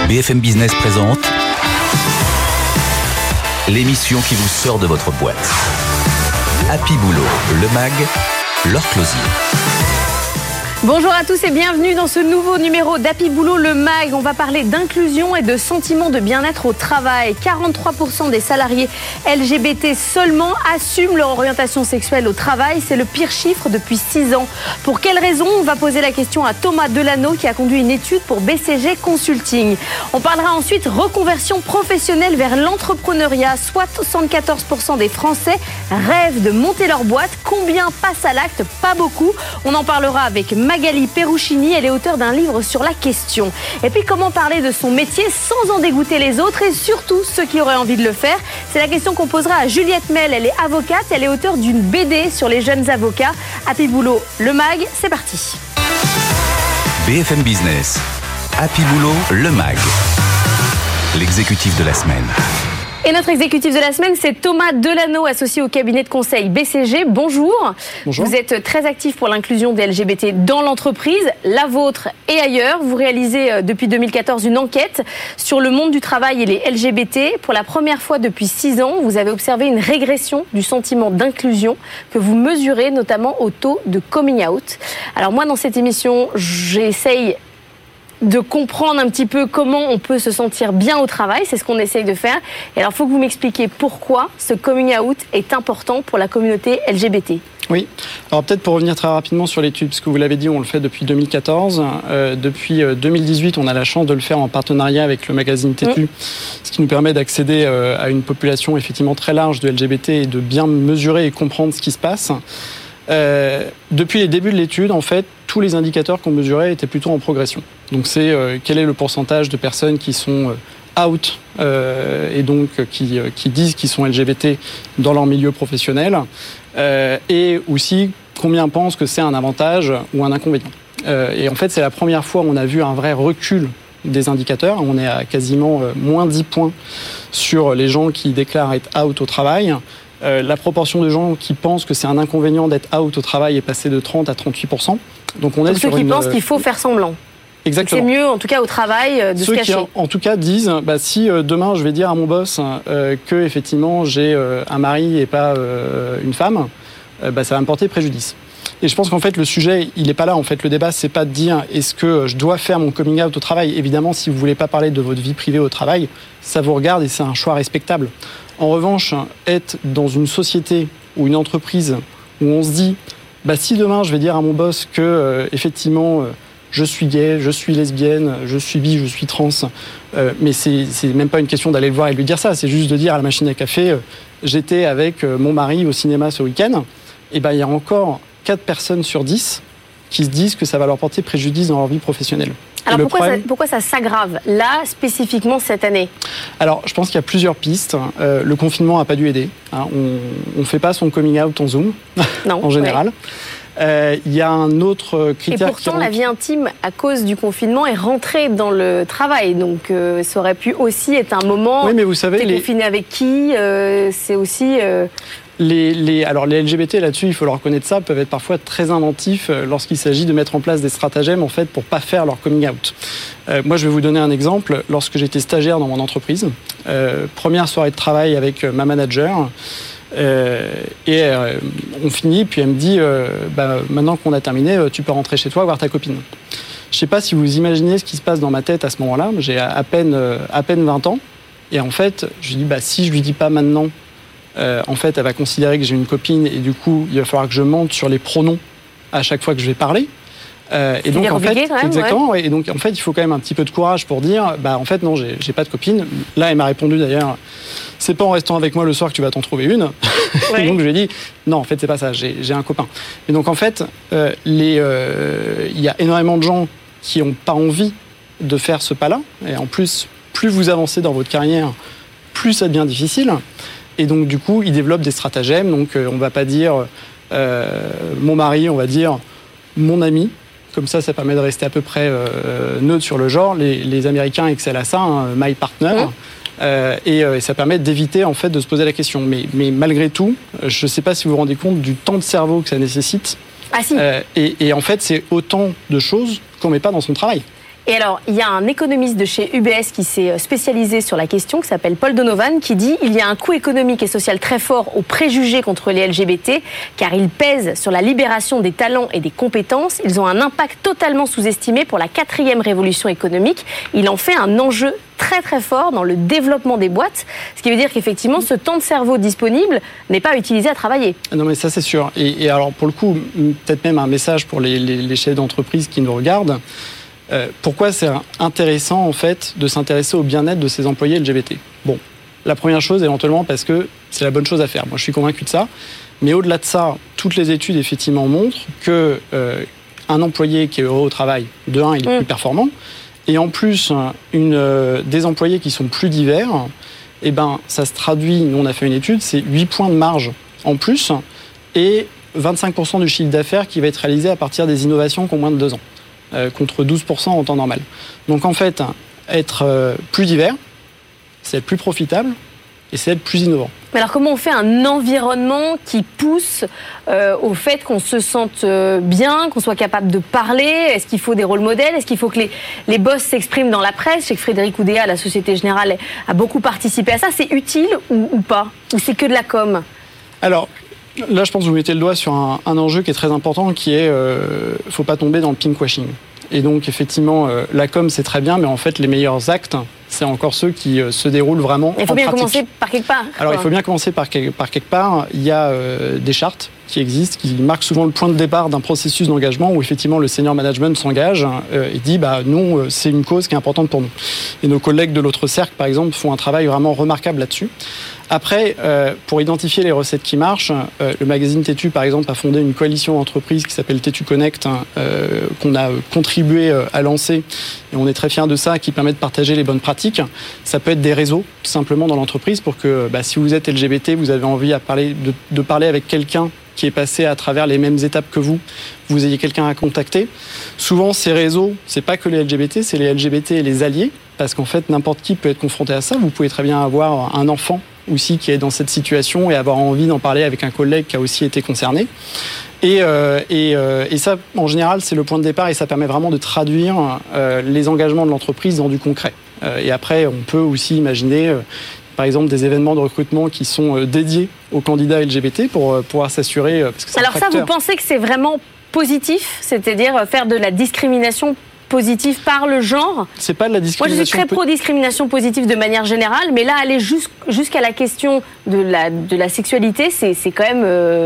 BFM Business présente l'émission qui vous sort de votre boîte. Happy Boulot, le MAG, Laure Closier. Bonjour à tous et bienvenue dans ce nouveau numéro d'Happy Boulot, le MAG. On va parler d'inclusion et de sentiment de bien-être au travail. 43% des salariés LGBT seulement assument leur orientation sexuelle au travail. C'est le pire chiffre depuis 6 ans. Pour quelles raisons? On va poser la question à Thomas Delano qui a conduit une étude pour BCG Consulting. On parlera ensuite reconversion professionnelle vers l'entrepreneuriat. 74% des Français rêvent de monter leur boîte. Combien passent à l'acte? Pas beaucoup. On en parlera avec Magali Peruchini, elle est auteure d'un livre sur la question. Et puis comment parler de son métier sans en dégoûter les autres et surtout ceux qui auraient envie de le faire? C'est la question qu'on posera à Juliette Mel, elle est avocate, elle est auteure d'une BD sur les jeunes avocats. Happy Boulot, le MAG, c'est parti. BFM Business, Happy Boulot, le MAG, l'exécutif de la semaine. Et notre exécutif de la semaine, c'est Thomas Delano, associé au cabinet de conseil BCG. Bonjour. Bonjour. Vous êtes très actif pour l'inclusion des LGBT dans l'entreprise, la vôtre et ailleurs. Vous réalisez depuis 2014 une enquête sur le monde du travail et les LGBT. Pour la première fois depuis 6 ans, vous avez observé une régression du sentiment d'inclusion que vous mesurez notamment au taux de coming out. Alors moi, dans cette émission, j'essaye de comprendre un petit peu comment on peut se sentir bien au travail, c'est ce qu'on essaye de faire. Et alors, il faut que vous m'expliquiez pourquoi ce coming out est important pour la communauté LGBT. Oui, alors peut-être pour revenir très rapidement sur l'étude, parce que vous l'avez dit, on le fait depuis 2014. Depuis 2018, on a la chance de le faire en partenariat avec le magazine Tétu, ce qui nous permet d'accéder à une population effectivement très large de LGBT et de bien mesurer et comprendre ce qui se passe. Depuis les débuts de l'étude, en fait, tous les indicateurs qu'on mesurait étaient plutôt en progression. Donc c'est quel est le pourcentage de personnes qui sont out et donc qui disent qu'ils sont LGBT dans leur milieu professionnel et aussi combien pensent que c'est un avantage ou un inconvénient. Et en fait, c'est la première fois où on a vu un vrai recul des indicateurs. On est à quasiment moins 10 points sur les gens qui déclarent être out au travail. La proportion de gens qui pensent que c'est un inconvénient d'être out au travail est passée de 30 à 38%. Donc on est sur ceux qui pensent qu'il faut faire semblant. Exactement. C'est mieux, en tout cas au travail, de se cacher. Ceux qui, en tout cas, disent si demain je vais dire à mon boss que effectivement j'ai un mari et pas une femme, ça va me porter préjudice. Et je pense qu'en fait le sujet il n'est pas là. En fait le débat c'est pas de dire est-ce que je dois faire mon coming out au travail. Évidemment si vous voulez pas parler de votre vie privée au travail, ça vous regarde et c'est un choix respectable. En revanche, être dans une société ou une entreprise où on se dit si demain je vais dire à mon boss que effectivement je suis gay, je suis lesbienne, je suis bi, je suis trans, mais c'est même pas une question d'aller le voir et lui dire ça, c'est juste de dire à la machine à café j'étais avec mon mari au cinéma ce week-end, et il y a encore 4 personnes sur 10 qui se disent que ça va leur porter préjudice dans leur vie professionnelle. Alors pourquoi ça s'aggrave là, spécifiquement cette année? Alors je pense qu'il y a plusieurs pistes. Le confinement n'a pas dû aider. On ne fait pas son coming out en Zoom, non, en général. Il y a un autre critère. Et pourtant, la vie intime, à cause du confinement, est rentrée dans le travail. Donc ça aurait pu aussi être un moment... Oui, mais vous savez... T'es confiné avec qui? C'est aussi... Alors les LGBT là-dessus, il faut leur reconnaître ça, peuvent être parfois très inventifs lorsqu'il s'agit de mettre en place des stratagèmes en fait pour pas faire leur coming out. Moi, je vais vous donner un exemple. Lorsque j'étais stagiaire dans mon entreprise, première soirée de travail avec ma manager, on finit, puis elle me dit maintenant qu'on a terminé, tu peux rentrer chez toi voir ta copine. Je sais pas si vous imaginez ce qui se passe dans ma tête à ce moment-là. J'ai à peine 20 ans, et en fait, je dis si je lui dis pas maintenant. En fait, elle va considérer que j'ai une copine et du coup, il va falloir que je mente sur les pronoms à chaque fois que je vais parler. Et donc, en fait, exactement. Ouais. Et donc, en fait, il faut quand même un petit peu de courage pour dire, en fait, non, j'ai pas de copine. Là, elle m'a répondu d'ailleurs, c'est pas en restant avec moi le soir que tu vas t'en trouver une. Ouais. Et donc, je lui ai dit, non, en fait, c'est pas ça. J'ai un copain. Et donc, en fait, il y a énormément de gens qui ont pas envie de faire ce pas-là. Et en plus, plus vous avancez dans votre carrière, plus ça devient difficile. Et donc, du coup, ils développent des stratagèmes. Donc, on ne va pas dire mon mari, on va dire mon ami. Comme ça permet de rester à peu près neutre sur le genre. Les Américains excellent à ça, my partner. Et ça permet d'éviter en fait de se poser la question. Mais malgré tout, je ne sais pas si vous vous rendez compte du temps de cerveau que ça nécessite. Ah si. Et en fait, c'est autant de choses qu'on ne met pas dans son travail. Et alors, il y a un économiste de chez UBS qui s'est spécialisé sur la question, qui s'appelle Paul Donovan, qui dit « Il y a un coût économique et social très fort aux préjugés contre les LGBT, car ils pèsent sur la libération des talents et des compétences. Ils ont un impact totalement sous-estimé pour la 4e révolution économique. Il en fait un enjeu très très fort dans le développement des boîtes, ce qui veut dire qu'effectivement, ce temps de cerveau disponible n'est pas utilisé à travailler. » Non mais ça c'est sûr. Et alors pour le coup, peut-être même un message pour les chefs d'entreprise qui nous regardent. Pourquoi c'est intéressant en fait de s'intéresser au bien-être de ces employés LGBT ? Bon, la première chose éventuellement parce que c'est la bonne chose à faire. Moi je suis convaincu de ça. Mais au-delà de ça, toutes les études effectivement montrent que un employé qui est heureux au travail, de un, il est plus performant. Et en plus, des employés qui sont plus divers, eh ben, ça se traduit, nous on a fait une étude, c'est 8 points de marge en plus et 25% du chiffre d'affaires qui va être réalisé à partir des innovations qui ont moins de 2 ans. Contre 12% en temps normal. Donc en fait, être plus divers, c'est être plus profitable et c'est être plus innovant. Mais alors comment on fait un environnement qui pousse au fait qu'on se sente bien, qu'on soit capable de parler ? Est-ce qu'il faut des rôles modèles ? Est-ce qu'il faut que les boss s'expriment dans la presse ? Je sais que Frédéric Oudéa, la Société Générale, a beaucoup participé à ça. C'est utile ou pas ? Ou c'est que de la com ? Alors, là, je pense que vous mettez le doigt sur un enjeu qui est très important, qui est faut pas tomber dans le pinkwashing. Et donc, effectivement, la com, c'est très bien, mais en fait, les meilleurs actes, c'est encore ceux qui se déroulent vraiment en pratique. Il faut bien commencer par quelque part. Alors, il faut bien commencer par quelque part. Il y a des chartes qui existent, qui marquent souvent le point de départ d'un processus d'engagement où, effectivement, le senior management s'engage et dit, nous, c'est une cause qui est importante pour nous. Et nos collègues de l'autre cercle, par exemple, font un travail vraiment remarquable là-dessus. Après, pour identifier les recettes qui marchent, le magazine Tétu, par exemple, a fondé une coalition d'entreprises qui s'appelle Tétu Connect, qu'on a contribué à lancer. Et on est très fiers de ça, qui permet de partager les bonnes pratiques. Ça peut être des réseaux, tout simplement, dans l'entreprise, pour que si vous êtes LGBT, vous avez envie de parler avec quelqu'un qui est passé à travers les mêmes étapes que vous ayez quelqu'un à contacter. Souvent, ces réseaux, c'est pas que les LGBT, c'est les LGBT et les alliés, parce qu'en fait, n'importe qui peut être confronté à ça. Vous pouvez très bien avoir un enfant aussi qui est dans cette situation et avoir envie d'en parler avec un collègue qui a aussi été concerné. Et ça, en général, c'est le point de départ et ça permet vraiment de traduire les engagements de l'entreprise dans du concret. Et après, on peut aussi imaginer, par exemple, des événements de recrutement qui sont dédiés aux candidats LGBT pour pouvoir s'assurer... Parce que c'est alors ça, vous pensez que c'est vraiment positif ? C'est-à-dire faire de la discrimination positive par le genre ? C'est pas de la discrimination. Moi, je suis très pro-discrimination positive de manière générale, mais là, aller jusqu'à la question de la sexualité, c'est quand même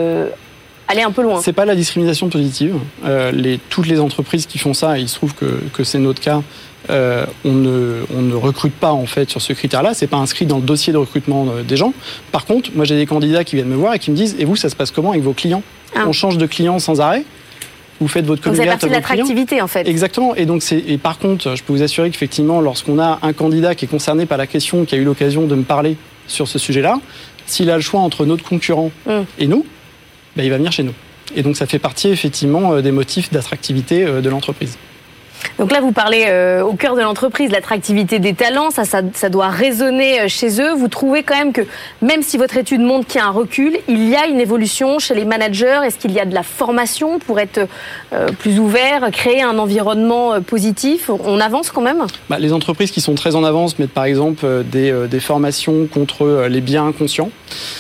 aller un peu loin. C'est pas la discrimination positive. Toutes les entreprises qui font ça, et il se trouve que c'est notre cas, on ne recrute pas en fait sur ce critère-là. C'est pas inscrit dans le dossier de recrutement des gens. Par contre, moi, j'ai des candidats qui viennent me voir et qui me disent « Et vous, ça se passe comment avec vos clients ? On change de client sans arrêt ? Vous faites votre coming out à vos clients. C'est partie de l'attractivité, en fait. Exactement. Et par contre, je peux vous assurer qu'effectivement, lorsqu'on a un candidat qui est concerné par la question, qui a eu l'occasion de me parler sur ce sujet-là, s'il a le choix entre notre concurrent et nous, il va venir chez nous. Et donc, ça fait partie, effectivement, des motifs d'attractivité de l'entreprise. Donc là, vous parlez au cœur de l'entreprise, l'attractivité des talents, ça doit résonner chez eux. Vous trouvez quand même que, même si votre étude montre qu'il y a un recul, il y a une évolution chez les managers. Est-ce qu'il y a de la formation pour être plus ouvert, créer un environnement positif ? On avance quand même ? Les entreprises qui sont très en avance mettent par exemple des formations contre les biais inconscients.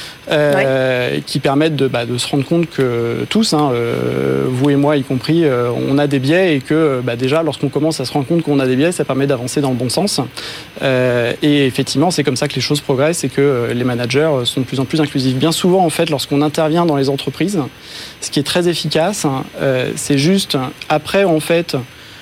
Qui permettent de se rendre compte que tous, vous et moi y compris, on a des biais et que déjà lorsqu'on commence à se rendre compte qu'on a des biais, ça permet d'avancer dans le bon sens. Et effectivement, c'est comme ça que les choses progressent et que les managers sont de plus en plus inclusifs. Bien souvent, en fait, lorsqu'on intervient dans les entreprises, ce qui est très efficace, c'est juste après, en fait,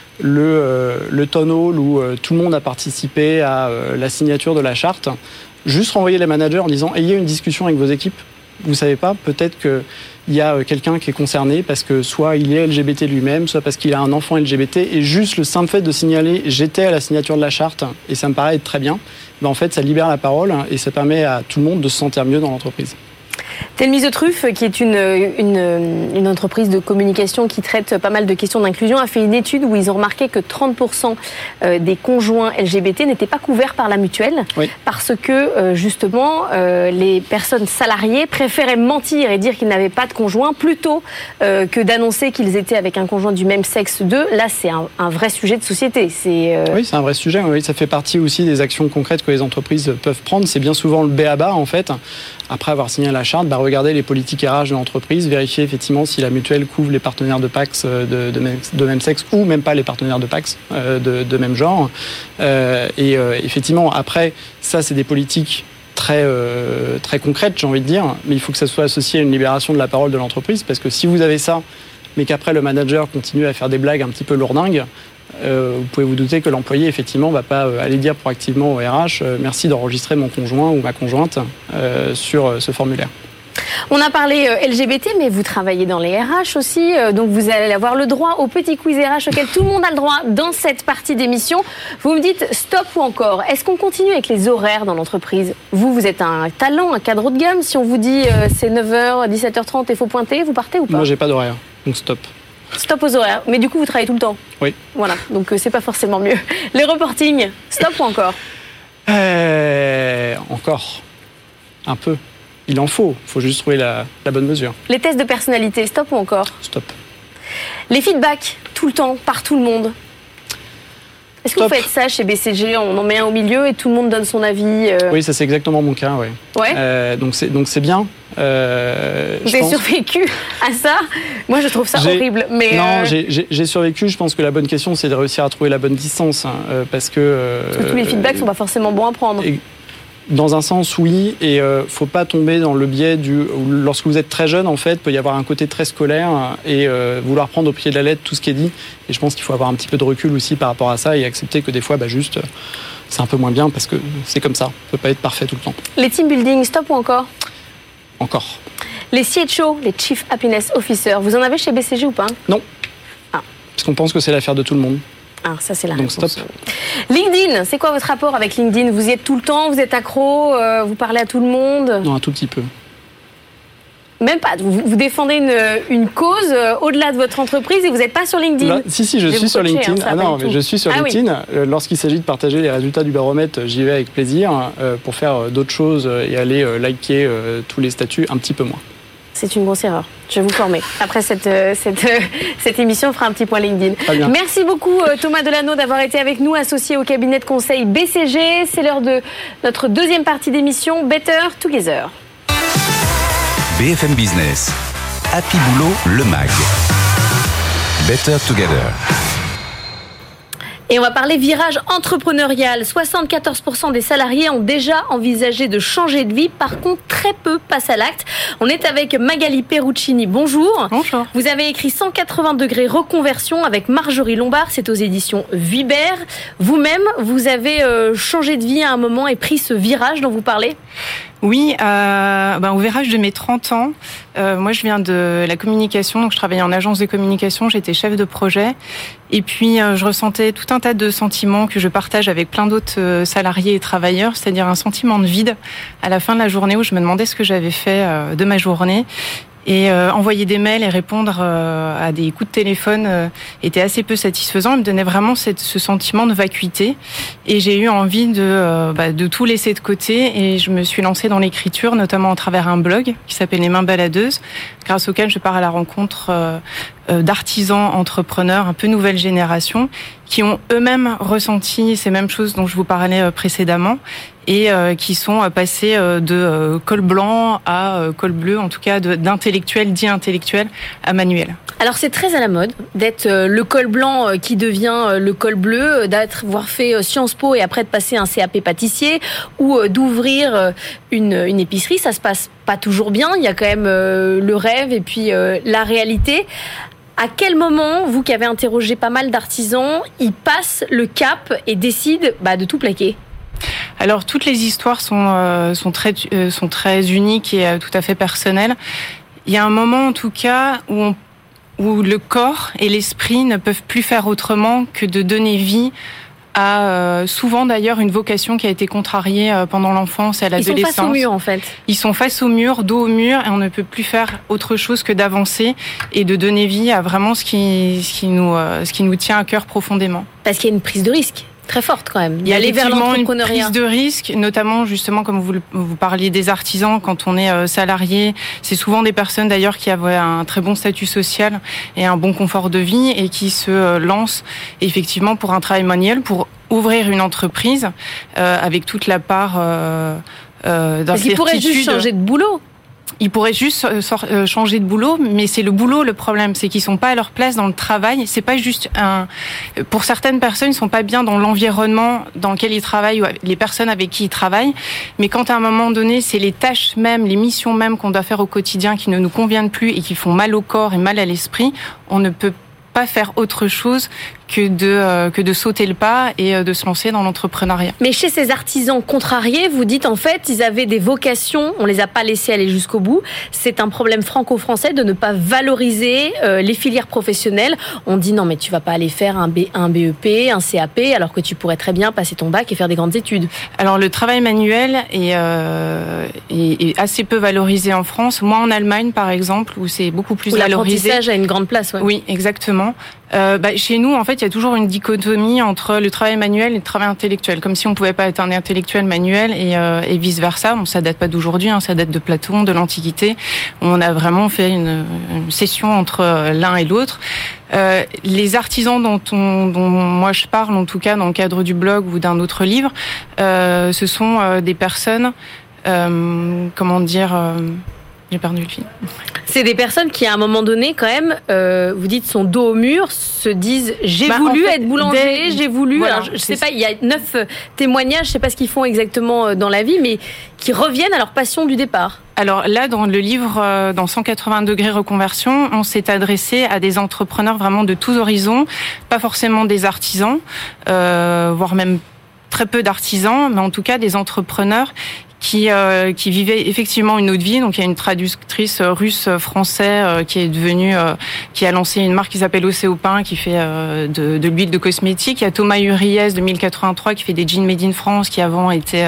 le town hall où tout le monde a participé à la signature de la charte. Juste renvoyer les managers en disant « ayez une discussion avec vos équipes ». Vous ne savez pas, peut-être qu'il y a quelqu'un qui est concerné parce que soit il est LGBT lui-même, soit parce qu'il a un enfant LGBT. Et juste le simple fait de signaler « j'étais à la signature de la charte et ça me paraît être très bien », en fait, ça libère la parole et ça permet à tout le monde de se sentir mieux dans l'entreprise. Telmise de Truffe, qui est une entreprise de communication qui traite pas mal de questions d'inclusion, a fait une étude où ils ont remarqué que 30% des conjoints LGBT n'étaient pas couverts par la mutuelle, parce que justement les personnes salariées préféraient mentir et dire qu'ils n'avaient pas de conjoint plutôt que d'annoncer qu'ils étaient avec un conjoint du même sexe d'eux. Là, c'est un vrai sujet de société. Oui, c'est un vrai sujet. Oui, ça fait partie aussi des actions concrètes que les entreprises peuvent prendre. C'est bien souvent le b.a.-ba, en fait. Après avoir signé la charte, regarder les politiques RH de l'entreprise, vérifier effectivement si la mutuelle couvre les partenaires de PACS de même sexe ou même pas les partenaires de PACS de même genre. Effectivement, après, ça, c'est des politiques très concrètes, j'ai envie de dire, mais il faut que ça soit associé à une libération de la parole de l'entreprise, parce que si vous avez ça, mais qu'après le manager continue à faire des blagues un petit peu lourdingues, vous pouvez vous douter que l'employé, effectivement, ne va pas aller dire proactivement au RH « merci d'enregistrer mon conjoint ou ma conjointe sur ce formulaire ». On a parlé LGBT, mais vous travaillez dans les RH aussi, donc vous allez avoir le droit au petit quiz RH auquel tout le monde a le droit dans cette partie d'émission. Vous me dites stop ou encore. Est-ce qu'on continue avec les horaires dans l'entreprise ? Vous êtes un talent, un cadre haut de gamme. Si on vous dit c'est 9h, 17h30 et il faut pointer, vous partez ou pas ? Moi, j'ai pas d'horaire, donc stop. Stop aux horaires. Mais du coup, vous travaillez tout le temps ? Oui. Voilà, donc c'est pas forcément mieux. Les reportings, stop ou encore ? Encore. Un peu. Il en faut. Il faut juste trouver la bonne mesure. Les tests de personnalité, stop ou encore ? Stop. Les feedbacks, tout le temps, par tout le monde. Est-ce que vous faites ça chez BCG ? On en met un au milieu et tout le monde donne son avis Oui, ça c'est exactement mon cas, oui. Ouais. Donc c'est bien. Vous avez survécu à ça ? Moi, je trouve ça horrible. Mais non, j'ai survécu. Je pense que la bonne question, c'est de réussir à trouver la bonne distance. Parce que tous les feedbacks ne sont pas forcément bons à prendre. Dans un sens, oui, et faut pas tomber dans le biais lorsque vous êtes très jeune, en fait, peut y avoir un côté très scolaire et vouloir prendre au pied de la lettre tout ce qui est dit. Et je pense qu'il faut avoir un petit peu de recul aussi par rapport à ça et accepter que des fois, juste, c'est un peu moins bien parce que c'est comme ça. On peut pas être parfait tout le temps. Les team building, stop ou encore ? Encore. Les CHO, les Chief Happiness Officer, vous en avez chez BCG ou pas ? Non. Parce qu'on pense que c'est l'affaire de tout le monde. Ah, ça c'est la réponse. Donc stop. LinkedIn, c'est quoi votre rapport avec LinkedIn ? Vous y êtes tout le temps, vous êtes accro, vous parlez à tout le monde ? Non, un tout petit peu. Même pas. Vous défendez une cause au-delà de votre entreprise et vous n'êtes pas sur LinkedIn. Là, si, je suis sur LinkedIn. Je suis sur LinkedIn. Oui. Lorsqu'il s'agit de partager les résultats du baromètre, j'y vais avec plaisir. Pour faire d'autres choses et aller liker tous les statuts, un petit peu moins. C'est une grosse erreur. Je vais vous former. Après cette émission, on fera un petit point LinkedIn. Merci beaucoup Thomas Delano d'avoir été avec nous, associé au cabinet de conseil BCG. C'est l'heure de notre deuxième partie d'émission, Better Together. BFM Business, Happy Boulot, le MAG. Better Together. Et on va parler virage entrepreneurial. 74% des salariés ont déjà envisagé de changer de vie. Par contre, très peu passent à l'acte. On est avec Magali Perruccini. Bonjour. Bonjour. Vous avez écrit 180 degrés reconversion avec Marjorie Lombard. C'est aux éditions Vuibert. Vous-même, vous avez changé de vie à un moment et pris ce virage dont vous parlez ? Oui, au virage de mes 30 ans, moi je viens de la communication, donc je travaillais en agence de communication, j'étais chef de projet, et puis je ressentais tout un tas de sentiments que je partage avec plein d'autres salariés et travailleurs, c'est-à-dire un sentiment de vide à la fin de la journée où je me demandais ce que j'avais fait de ma journée. Et envoyer des mails et répondre à des coups de téléphone était assez peu satisfaisant. Il me donnait vraiment ce sentiment de vacuité. Et j'ai eu envie de tout laisser de côté. Et je me suis lancée dans l'écriture, notamment à travers un blog qui s'appelle Les Mains Baladeuses, grâce auquel je pars à la rencontre d'artisans, entrepreneurs, un peu nouvelle génération, qui ont eux-mêmes ressenti ces mêmes choses dont je vous parlais précédemment, et qui sont passés de col blanc à col bleu, en tout cas d'intellectuel, dit intellectuel, à manuel. Alors c'est très à la mode d'être le col blanc qui devient le col bleu, d'avoir fait Sciences Po et après de passer un CAP pâtissier ou d'ouvrir une épicerie. Ça se passe pas toujours bien, il y a quand même le rêve et puis la réalité. À quel moment, vous qui avez interrogé pas mal d'artisans, ils passent le cap et décident de tout plaquer ? Alors toutes les histoires sont très uniques et tout à fait personnelles. Il y a un moment en tout cas où le corps et l'esprit ne peuvent plus faire autrement que de donner vie a souvent d'ailleurs une vocation qui a été contrariée pendant l'enfance et à l'adolescence. Ils sont face au mur en fait. Ils sont face au mur, dos au mur, et on ne peut plus faire autre chose que d'avancer et de donner vie à vraiment ce qui nous tient à cœur profondément. Parce qu'il y a une prise de risque très forte quand même. Il y a aller vers l'entrepreneuriat. Une prise de risque, notamment justement comme vous parliez des artisans, quand on est salarié, c'est souvent des personnes d'ailleurs qui avaient un très bon statut social et un bon confort de vie et qui se lancent effectivement pour un travail manuel, pour ouvrir une entreprise avec toute la part d'incertitude. Parce qu'ils pourraient juste changer de boulot. Ils pourraient juste changer de boulot, mais c'est le boulot le problème, c'est qu'ils sont pas à leur place dans le travail. C'est pas juste pour certaines personnes, ils sont pas bien dans l'environnement dans lequel ils travaillent ou les personnes avec qui ils travaillent. Mais quand à un moment donné, c'est les tâches mêmes, les missions mêmes qu'on doit faire au quotidien qui ne nous conviennent plus et qui font mal au corps et mal à l'esprit, on ne peut pas faire autre chose que de sauter le pas et de se lancer dans l'entrepreneuriat. Mais chez ces artisans contrariés, vous dites en fait, ils avaient des vocations, on les a pas laissés aller jusqu'au bout. C'est un problème franco-français de ne pas valoriser les filières professionnelles. On dit non mais tu vas pas aller faire un BEP, un CAP, alors que tu pourrais très bien passer ton bac et faire des grandes études. Alors le travail manuel est assez peu valorisé en France. Moi en Allemagne par exemple, où c'est beaucoup plus valorisé. L'apprentissage a une grande place. Ouais. Oui, exactement. Chez nous, en fait, il y a toujours une dichotomie entre le travail manuel et le travail intellectuel, comme si on pouvait pas être un intellectuel manuel et vice versa. Bon, ça date pas d'aujourd'hui, ça date de Platon, de l'Antiquité. On a vraiment fait une session entre l'un et l'autre. Les artisans dont moi je parle, en tout cas dans le cadre du blog ou d'un autre livre, ce sont des personnes, j'ai perdu le fil. C'est des personnes qui, à un moment donné, quand même, vous dites, sont dos au mur, se disent j'ai voulu être boulanger, j'ai voulu. Voilà, alors, je sais pas, il y a 9 témoignages, je sais pas ce qu'ils font exactement dans la vie, mais qui reviennent à leur passion du départ. Alors là, dans le livre, dans 180 degrés reconversion, on s'est adressé à des entrepreneurs vraiment de tous horizons, pas forcément des artisans, voire même très peu d'artisans, mais en tout cas des entrepreneurs qui vivait effectivement une autre vie. Donc il y a une traductrice russe-français qui a lancé une marque qui s'appelle Océopin, qui fait de l'huile de cosmétique. Il y a Thomas Uriès de 1083 qui fait des jeans made in France, qui avant était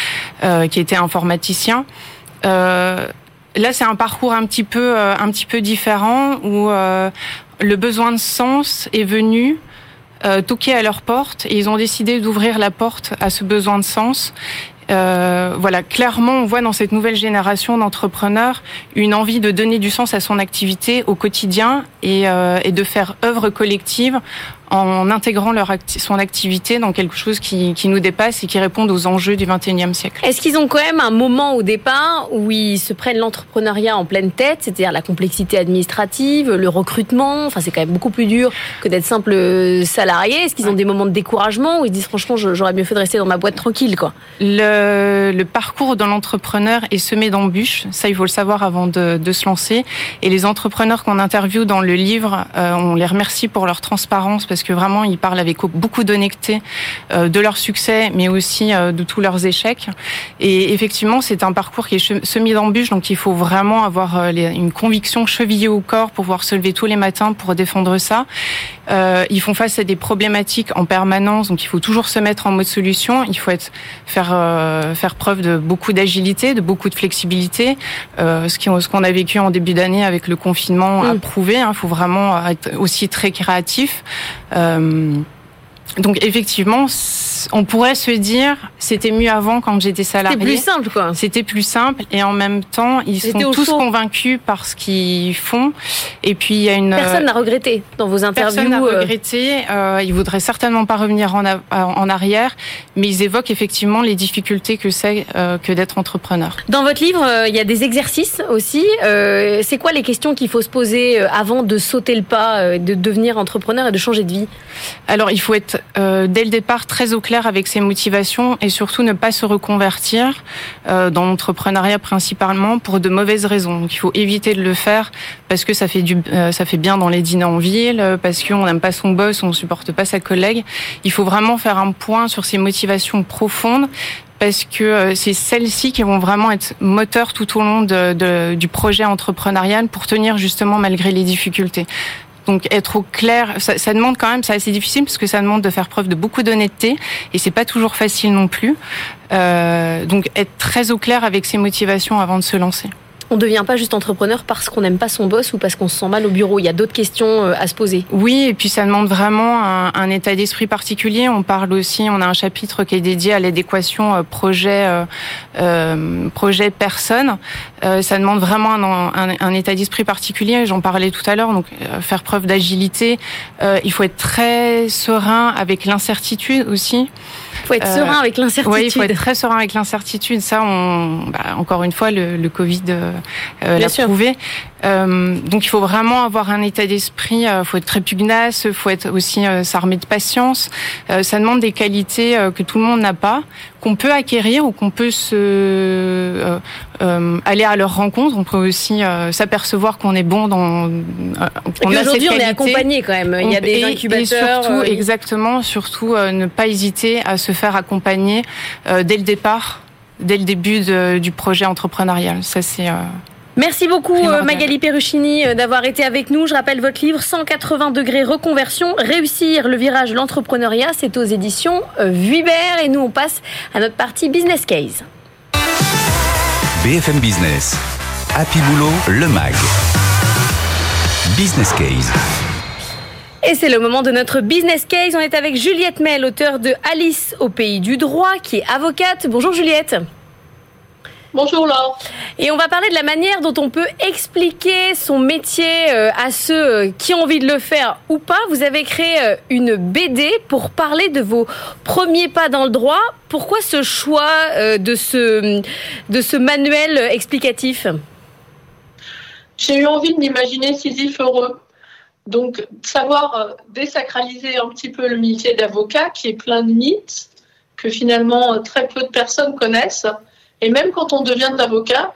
informaticien. Là, c'est un parcours un petit peu différent où le besoin de sens est venu toquer à leur porte et ils ont décidé d'ouvrir la porte à ce besoin de sens. Clairement, on voit dans cette nouvelle génération d'entrepreneurs une envie de donner du sens à son activité au quotidien et de faire œuvre collective en intégrant son activité dans quelque chose qui nous dépasse et qui répond aux enjeux du XXIe siècle. Est-ce qu'ils ont quand même un moment au départ où ils se prennent l'entrepreneuriat en pleine tête, c'est-à-dire la complexité administrative, le recrutement, c'est quand même beaucoup plus dur que d'être simple salarié. Est-ce qu'ils ont des moments de découragement où ils se disent franchement j'aurais mieux fait de rester dans ma boîte tranquille quoi? Le parcours de l'entrepreneur est semé d'embûches, ça il faut le savoir avant de se lancer. Et les entrepreneurs qu'on interviewe dans le livre, on les remercie pour leur transparence parce que vraiment ils parlent avec beaucoup d'honnêteté de leur succès, mais aussi de tous leurs échecs. Et effectivement, c'est un parcours qui est semé d'embûches, donc il faut vraiment avoir une conviction chevillée au corps pour pouvoir se lever tous les matins pour défendre ça. Ils font face à des problématiques en permanence, donc il faut toujours se mettre en mode solution. Il faut faire preuve de beaucoup d'agilité, de beaucoup de flexibilité. Ce qu'on a vécu en début d'année avec le confinement a prouvé. Il faut vraiment être aussi très créatif. Donc effectivement, on pourrait se dire c'était mieux avant quand j'étais salarié. C'était plus simple quoi. C'était plus simple et en même temps ils sont tous convaincus par ce qu'ils font. Et puis il y a personne n'a regretté dans vos interviews. Personne n'a regretté. Ils voudraient certainement pas revenir en arrière, mais ils évoquent effectivement les difficultés que c'est que d'être entrepreneur. Dans votre livre, il y a des exercices aussi. C'est quoi les questions qu'il faut se poser avant de sauter le pas, de devenir entrepreneur et de changer de vie? Alors il faut être dès le départ très au clair avec ses motivations et surtout ne pas se reconvertir dans l'entrepreneuriat principalement pour de mauvaises raisons. Donc il faut éviter de le faire parce que ça fait bien dans les dîners en ville, parce qu'on n'aime pas son boss, on ne supporte pas sa collègue. Il faut vraiment faire un point sur ses motivations profondes parce que c'est celles-ci qui vont vraiment être moteurs tout au long du projet entrepreneurial pour tenir justement malgré les difficultés. Donc être au clair, ça demande quand même, c'est assez difficile parce que ça demande de faire preuve de beaucoup d'honnêteté et c'est pas toujours facile non plus. Donc être très au clair avec ses motivations avant de se lancer. On ne devient pas juste entrepreneur parce qu'on n'aime pas son boss ou parce qu'on se sent mal au bureau. Il y a d'autres questions à se poser. Oui, et puis ça demande vraiment un état d'esprit particulier. On parle aussi, on a un chapitre qui est dédié à l'adéquation projet-personne. Ça demande vraiment un état d'esprit particulier. J'en parlais tout à l'heure. Donc faire preuve d'agilité. Il faut être très serein avec l'incertitude aussi. Il faut être serein avec l'incertitude. Oui, il faut être très serein avec l'incertitude. Ça, encore une fois, le Covid l'a prouvé. Donc, il faut vraiment avoir un état d'esprit. Il faut être très pugnace. Il faut être aussi s'armer de patience. Ça demande des qualités que tout le monde n'a pas, qu'on peut acquérir ou qu'on peut aller à leur rencontre. On peut aussi s'apercevoir qu'on est bon dans. Aujourd'hui, on est accompagné quand même. Il y a des incubateurs. Et surtout, ne pas hésiter à se faire accompagner dès le départ, dès le début du projet entrepreneurial. Ça, c'est. Merci beaucoup Magali Peruchini d'avoir été avec nous. Je rappelle votre livre 180 degrés reconversion, réussir le virage de l'entrepreneuriat. C'est aux éditions Vuibert et nous on passe à notre partie Business Case. BFM Business, Happy Boulot, le MAG. Business Case. Et c'est le moment de notre Business Case. On est avec Juliette Mel, auteure de Alice au pays du droit, qui est avocate. Bonjour Juliette. Bonjour Laure. Et on va parler de la manière dont on peut expliquer son métier à ceux qui ont envie de le faire ou pas. Vous avez créé une BD pour parler de vos premiers pas dans le droit. Pourquoi ce choix de ce manuel explicatif ? J'ai eu envie de m'imaginer Sisyphe heureux. Donc, savoir désacraliser un petit peu le métier d'avocat qui est plein de mythes que finalement très peu de personnes connaissent. Et même quand on devient de l'avocat,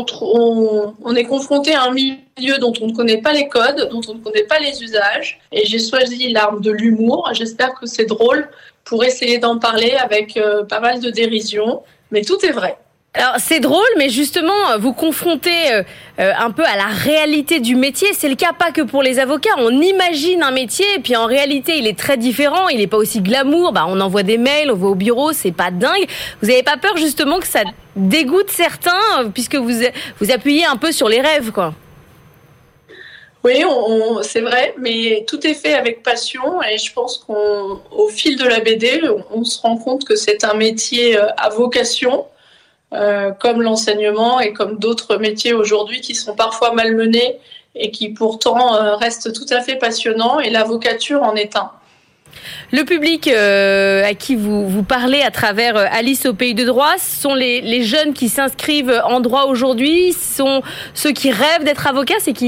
on est confronté à un milieu dont on ne connaît pas les codes, dont on ne connaît pas les usages. Et j'ai choisi l'arme de l'humour. J'espère que c'est drôle pour essayer d'en parler avec pas mal de dérision. Mais tout est vrai. Alors c'est drôle, mais justement, vous confrontez un peu à la réalité du métier. C'est le cas pas que pour les avocats. On imagine un métier, et puis en réalité, il est très différent. Il n'est pas aussi glamour. On envoie des mails, on va au bureau, c'est pas dingue. Vous n'avez pas peur justement que ça dégoûte certains, puisque vous appuyez un peu sur les rêves, quoi. Oui, c'est vrai, mais tout est fait avec passion. Et je pense qu'au fil de la BD, on se rend compte que c'est un métier à vocation. Comme l'enseignement et comme d'autres métiers aujourd'hui qui sont parfois malmenés et qui pourtant restent tout à fait passionnants, et l'avocature en est un. Le public à qui vous parlez à travers Alice au pays de droit, ce sont les jeunes qui s'inscrivent en droit aujourd'hui, ce sont ceux qui rêvent d'être avocats, c'est qui ?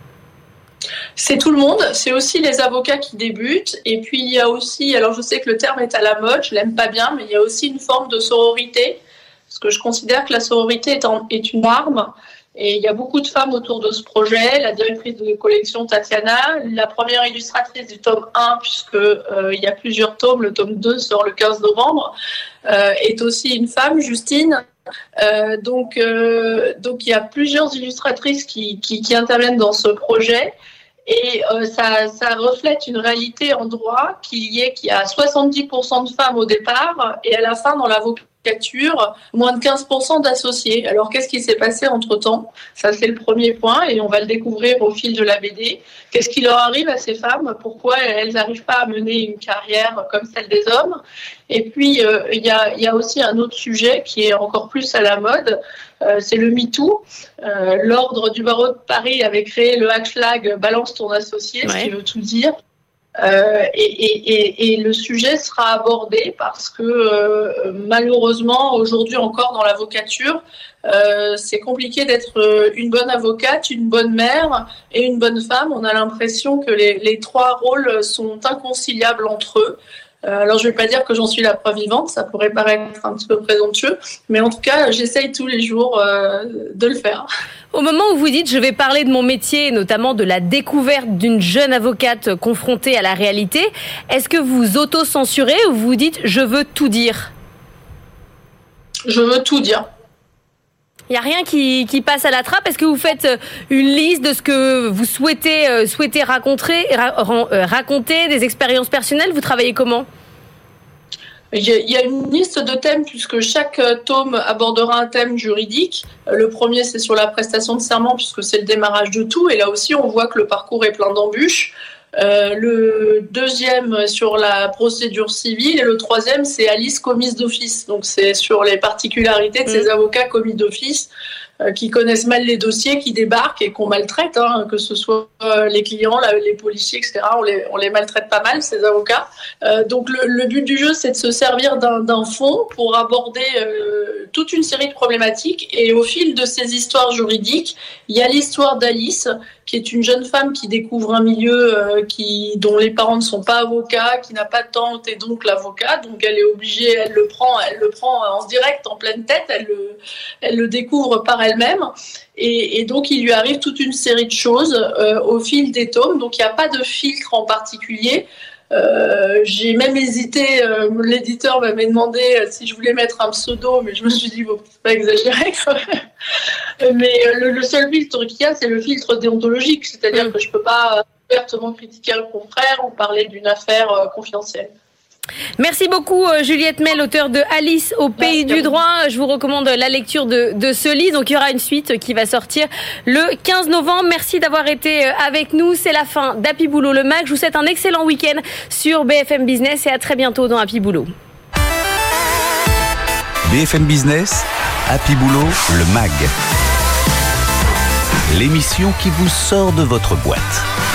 C'est tout le monde, c'est aussi les avocats qui débutent, et puis il y a aussi, alors je sais que le terme est à la mode, je l'aime pas bien, mais il y a aussi une forme de sororité. Parce que je considère que la sororité est une arme, et il y a beaucoup de femmes autour de ce projet. La directrice de collection Tatiana, la première illustratrice du tome 1, puisqu'il y a plusieurs tomes, le tome 2 sort le 15 novembre, est aussi une femme, Justine. Donc il y a plusieurs illustratrices qui interviennent dans ce projet. Et ça reflète une réalité en droit qu'il y a 70% de femmes au départ, et à la fin dans l'avocature, moins de 15% d'associés. Alors qu'est-ce qui s'est passé entre-temps ? Ça c'est le premier point, et on va le découvrir au fil de la BD. Qu'est-ce qui leur arrive à ces femmes ? Pourquoi elles n'arrivent pas à mener une carrière comme celle des hommes ? Et puis il y a aussi un autre sujet qui est encore plus à la mode, c'est le MeToo. L'ordre du barreau de Paris avait créé le hashtag Balance ton associé, ce qui veut tout dire. Et le sujet sera abordé parce que malheureusement aujourd'hui encore dans l'avocature, c'est compliqué d'être une bonne avocate, une bonne mère et une bonne femme. On a l'impression que les trois rôles sont inconciliables entre eux. Alors je ne vais pas dire que j'en suis la preuve vivante, ça pourrait paraître un petit peu présomptueux, mais en tout cas j'essaye tous les jours de le faire. Au moment où vous dites je vais parler de mon métier, notamment de la découverte d'une jeune avocate confrontée à la réalité, est-ce que vous auto-censurez ou vous dites je veux tout dire ? Je veux tout dire. Il n'y a rien qui passe à la trappe. Est-ce que vous faites une liste de ce que vous souhaitez raconter, des expériences personnelles? Vous travaillez comment? Il y a une liste de thèmes puisque chaque tome abordera un thème juridique. Le premier, c'est sur la prestation de serment puisque c'est le démarrage de tout. Et là aussi, on voit que le parcours est plein d'embûches. Le deuxième sur la procédure civile et le troisième c'est Alice commise d'office, donc c'est sur les particularités de ces avocats commis d'office qui connaissent mal les dossiers, qui débarquent et qu'on maltraite, que ce soit les clients, les policiers, etc. On les maltraite pas mal, ces avocats. Donc le but du jeu, c'est de se servir d'un fond pour aborder toute une série de problématiques. Et au fil de ces histoires juridiques, il y a l'histoire d'Alice, qui est une jeune femme qui découvre un milieu dont les parents ne sont pas avocats, qui n'a pas de tante et donc l'avocat. Donc elle est obligée, elle le prend en direct, en pleine tête, elle le découvre par elle-même. Et donc il lui arrive toute une série de choses au fil des tomes. Donc il n'y a pas de filtre en particulier. J'ai même hésité, l'éditeur m'avait demandé si je voulais mettre un pseudo, mais je me suis dit, faut pas exagérer quand même. Mais le seul filtre qu'il y a, c'est le filtre déontologique, c'est-à-dire que je peux pas ouvertement critiquer un confrère ou parler d'une affaire confidentielle. Merci beaucoup Juliette Mel, auteure de Alice au pays du droit. Je vous recommande la lecture de ce livre. Donc il y aura une suite qui va sortir le 15 novembre. Merci d'avoir été avec nous. C'est la fin d'Happy Boulot le MAG. Je vous souhaite un excellent week-end sur BFM Business et à très bientôt dans Happy Boulot. BFM Business, Happy Boulot le MAG. L'émission qui vous sort de votre boîte.